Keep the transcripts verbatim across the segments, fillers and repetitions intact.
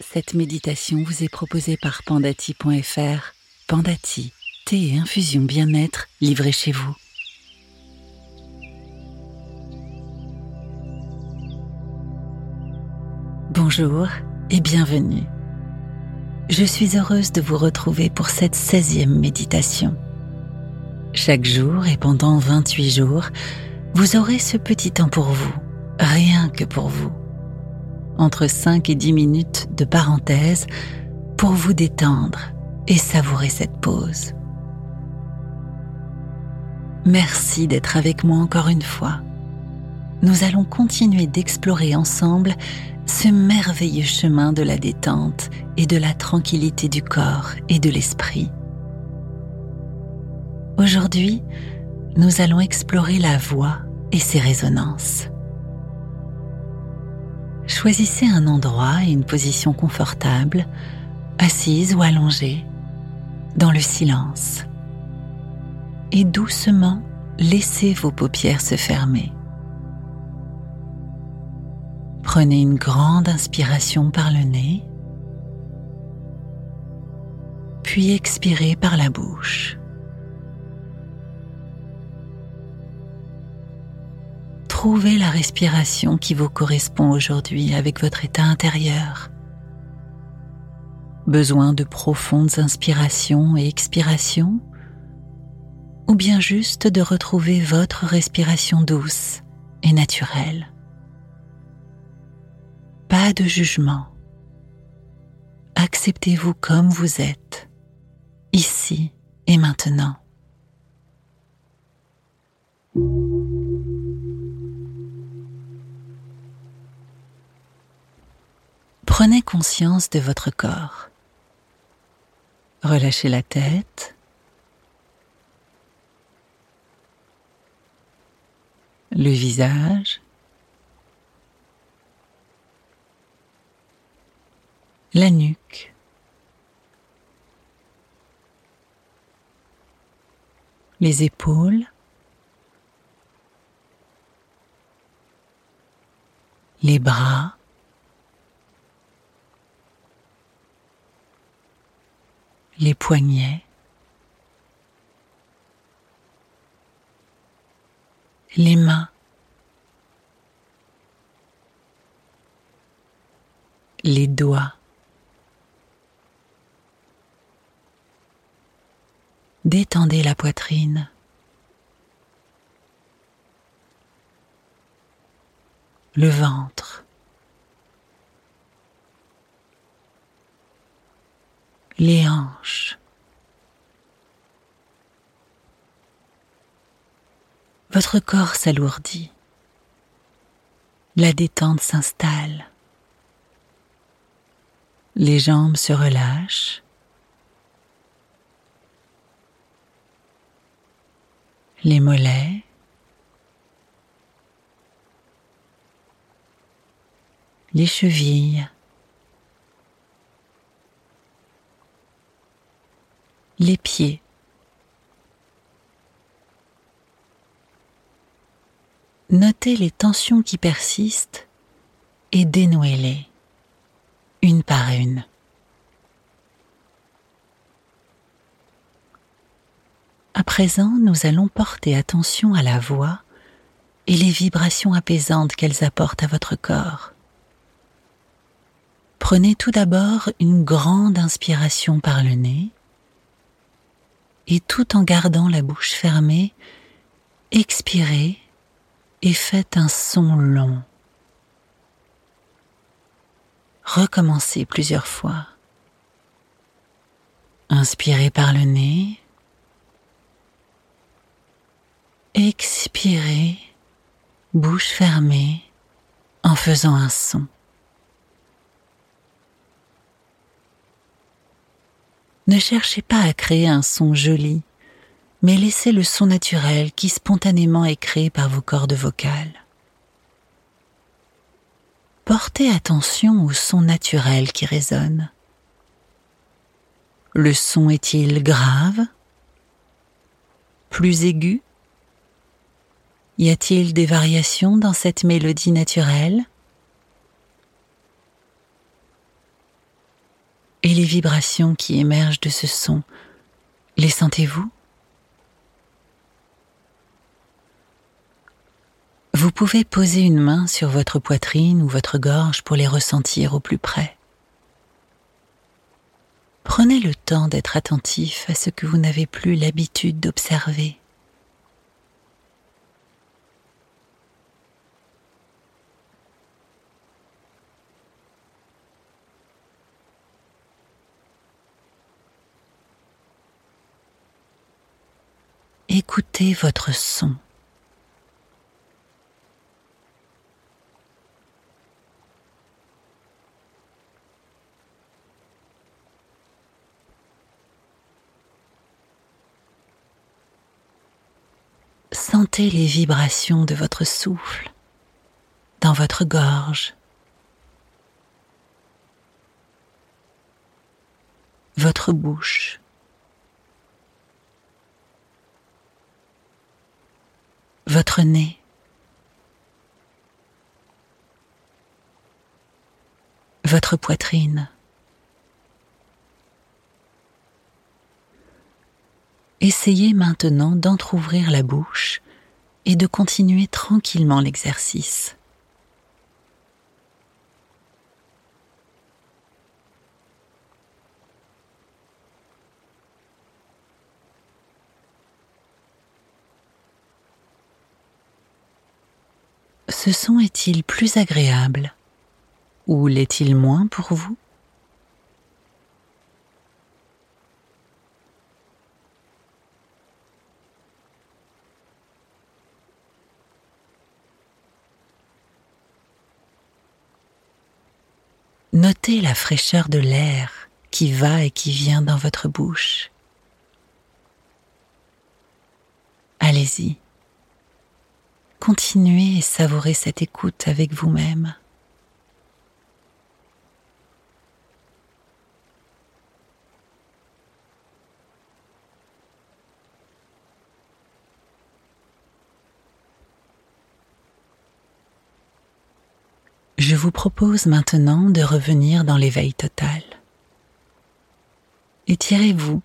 Cette méditation vous est proposée par Pandati point F R. Pandati, thé et infusion bien-être livrés chez vous. Bonjour et bienvenue. Je suis heureuse de vous retrouver pour cette seizième méditation. Chaque jour et pendant vingt-huit jours, vous aurez ce petit temps pour vous, rien que pour vous. Entre cinq et dix minutes de parenthèse pour vous détendre et savourer cette pause. Merci d'être avec moi encore une fois. Nous allons continuer d'explorer ensemble ce merveilleux chemin de la détente et de la tranquillité du corps et de l'esprit. Aujourd'hui, nous allons explorer la voix et ses résonances. Choisissez un endroit et une position confortable, assise ou allongée, dans le silence. Et doucement, laissez vos paupières se fermer. Prenez une grande inspiration par le nez, puis expirez par la bouche. Trouvez la respiration qui vous correspond aujourd'hui avec votre état intérieur. Besoin de profondes inspirations et expirations, ou bien juste de retrouver votre respiration douce et naturelle. Pas de jugement. Acceptez-vous comme vous êtes, ici et maintenant. Prenez conscience de votre corps. Relâchez la tête, le visage, la nuque, les épaules, les bras, les poignets, les mains, les doigts. Détendez la poitrine. Le ventre. Les hanches. Votre corps s'alourdit. La détente s'installe. Les jambes se relâchent. Les mollets. Les chevilles. Les pieds. Notez les tensions qui persistent et dénouez-les, une par une. À présent, nous allons porter attention à la voix et les vibrations apaisantes qu'elles apportent à votre corps. Prenez tout d'abord une grande inspiration par le nez et tout en gardant la bouche fermée, expirez et faites un son long. Recommencez plusieurs fois. Inspirez par le nez. Expirez, bouche fermée, en faisant un son. Ne cherchez pas à créer un son joli, mais laissez le son naturel qui spontanément est créé par vos cordes vocales. Portez attention au son naturel qui résonne. Le son est-il grave? Plus aigu? Y a-t-il des variations dans cette mélodie naturelle? Et les vibrations qui émergent de ce son, les sentez-vous ? Vous pouvez poser une main sur votre poitrine ou votre gorge pour les ressentir au plus près. Prenez le temps d'être attentif à ce que vous n'avez plus l'habitude d'observer. Écoutez votre son. Sentez les vibrations de votre souffle dans votre gorge, votre bouche, votre nez, votre poitrine. Essayez maintenant d'entrouvrir la bouche et de continuer tranquillement l'exercice. Ce son est-il plus agréable ou l'est-il moins pour vous ? Notez la fraîcheur de l'air qui va et qui vient dans votre bouche. Allez-y. Continuez et savourez cette écoute avec vous-même. Je vous propose maintenant de revenir dans l'éveil total. Étirez-vous.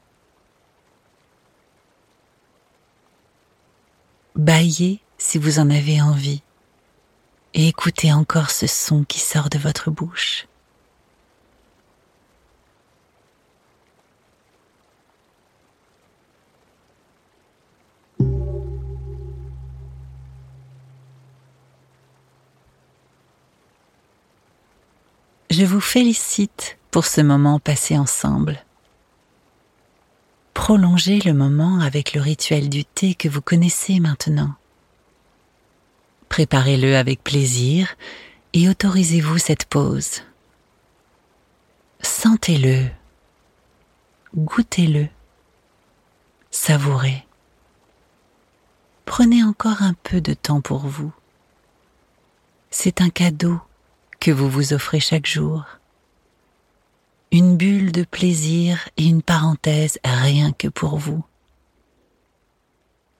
Bâillez si vous en avez envie et écoutez encore ce son qui sort de votre bouche. Je vous félicite pour ce moment passé ensemble. Prolongez le moment avec le rituel du thé que vous connaissez maintenant. Préparez-le avec plaisir et autorisez-vous cette pause. Sentez-le, goûtez-le, savourez. Prenez encore un peu de temps pour vous. C'est un cadeau que vous vous offrez chaque jour. Une bulle de plaisir et une parenthèse rien que pour vous.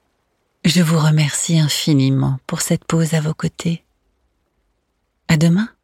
Je vous remercie infiniment pour cette pause à vos côtés. À demain.